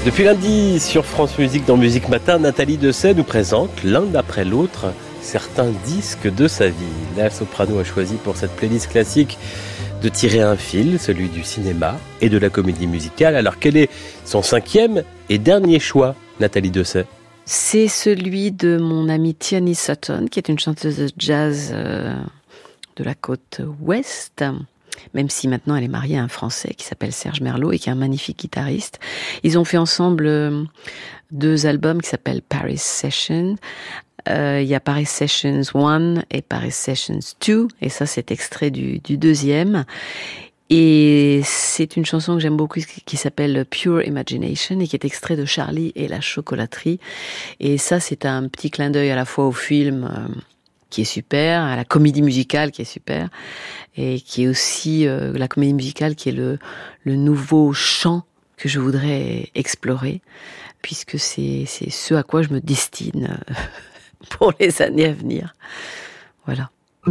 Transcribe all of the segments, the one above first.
Depuis lundi, sur France Musique, dans Musique Matin, Nathalie Dessay nous présente l'un après l'autre certains disques de sa vie. La soprano a choisi pour cette playlist classique de tirer un fil, celui du cinéma et de la comédie musicale. Alors quel est son 5e et dernier choix, Nathalie Dessay? C'est celui de mon amie Tierney Sutton, qui est une chanteuse de jazz de la côte ouest, même si maintenant elle est mariée à un Français qui s'appelle Serge Merlot et qui est un magnifique guitariste. Ils ont fait ensemble 2 albums qui s'appellent Paris Sessions. Il y a Paris Sessions 1 et Paris Sessions 2, et ça c'est extrait du 2e. Et c'est une chanson que j'aime beaucoup qui s'appelle Pure Imagination et qui est extrait de Charlie et la chocolaterie. Et ça c'est un petit clin d'œil à la fois au film qui est super, à la comédie musicale qui est super, et qui est aussi la comédie musicale qui est le nouveau champ que je voudrais explorer, puisque c'est ce à quoi je me destine pour les années à venir. Voilà.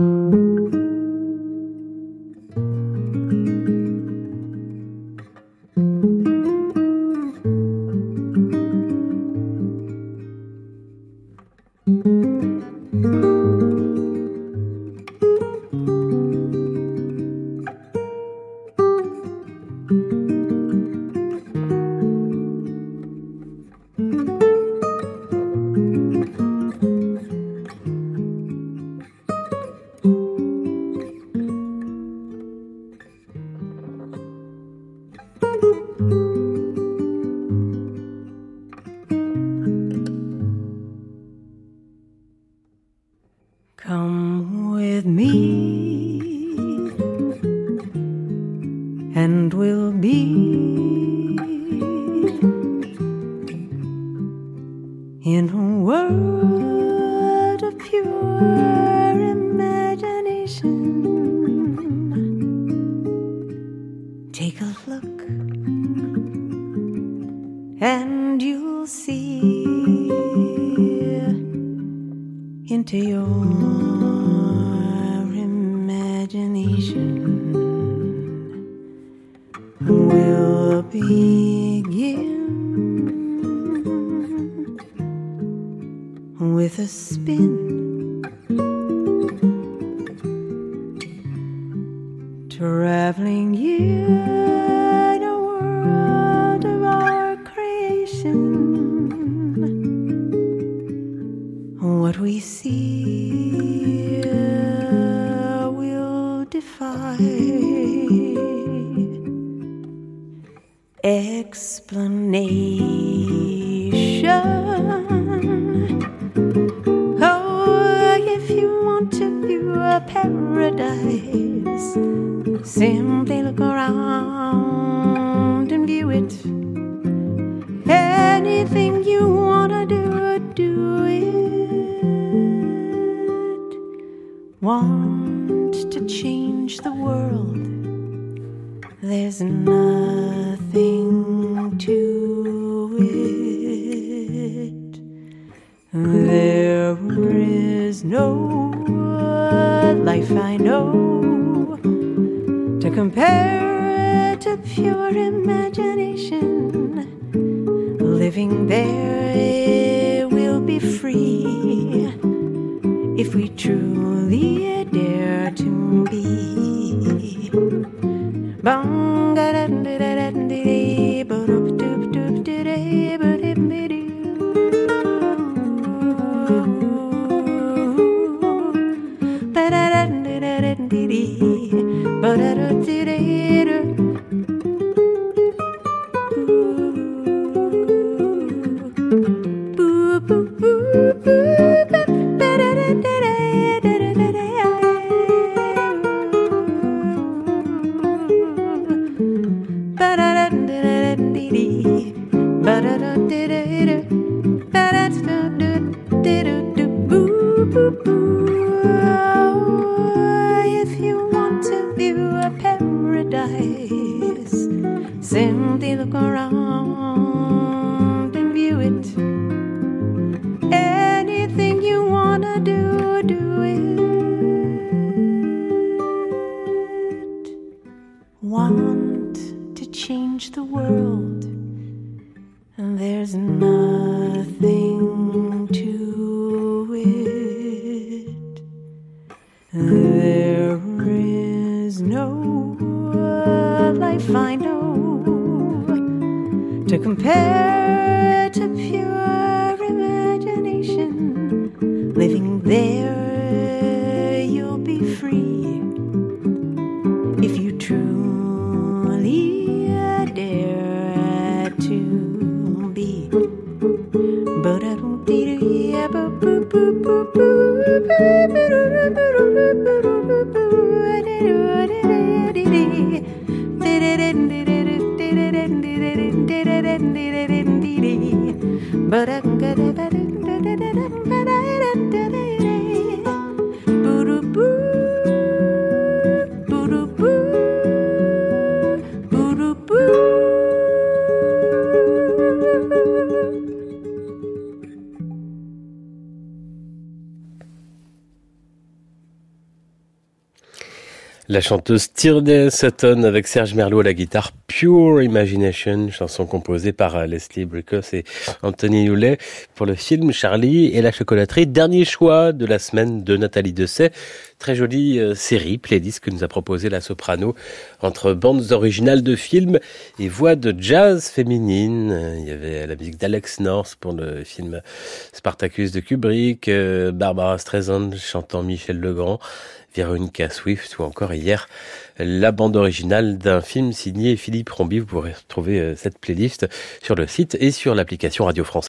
Come with me, and we'll be in a world of pure imagination. Take a look, and you'll see into your imagination. We'll begin with a spin, traveling in a world of our creation. What we see will defy explanation. Oh, if you want to view a paradise, simply look around and view it. Anything you wanna do, do it. Want to change the world? There's nothing to it. There is no life I know to compare to pure imagination. Living there will be free if we truly dare to be. If you want to view a paradise, simply look around and view it. Anything you wanna do, do it. Want to change the world? nothing to it. There is no life I know to compare to pure imagination. Living there, you'll be free if you truly dare to be. But I don't need a but I can get it better. La chanteuse Tierney Sutton avec Serge Merlot à la guitare, Pure Imagination, chanson composée par Leslie Bricusse et Anthony Hewlett pour le film Charlie et la chocolaterie. Dernier choix de la semaine de Nathalie Dessay. Très jolie série, playlist que nous a proposé la soprano entre bandes originales de films et voix de jazz féminine. Il y avait la musique d'Alex North pour le film Spartacus de Kubrick, Barbara Streisand chantant Michel Legrand, Veronica Swift ou encore hier la bande originale d'un film signé Philippe Rombi. Vous pourrez retrouver cette playlist sur le site et sur l'application Radio France.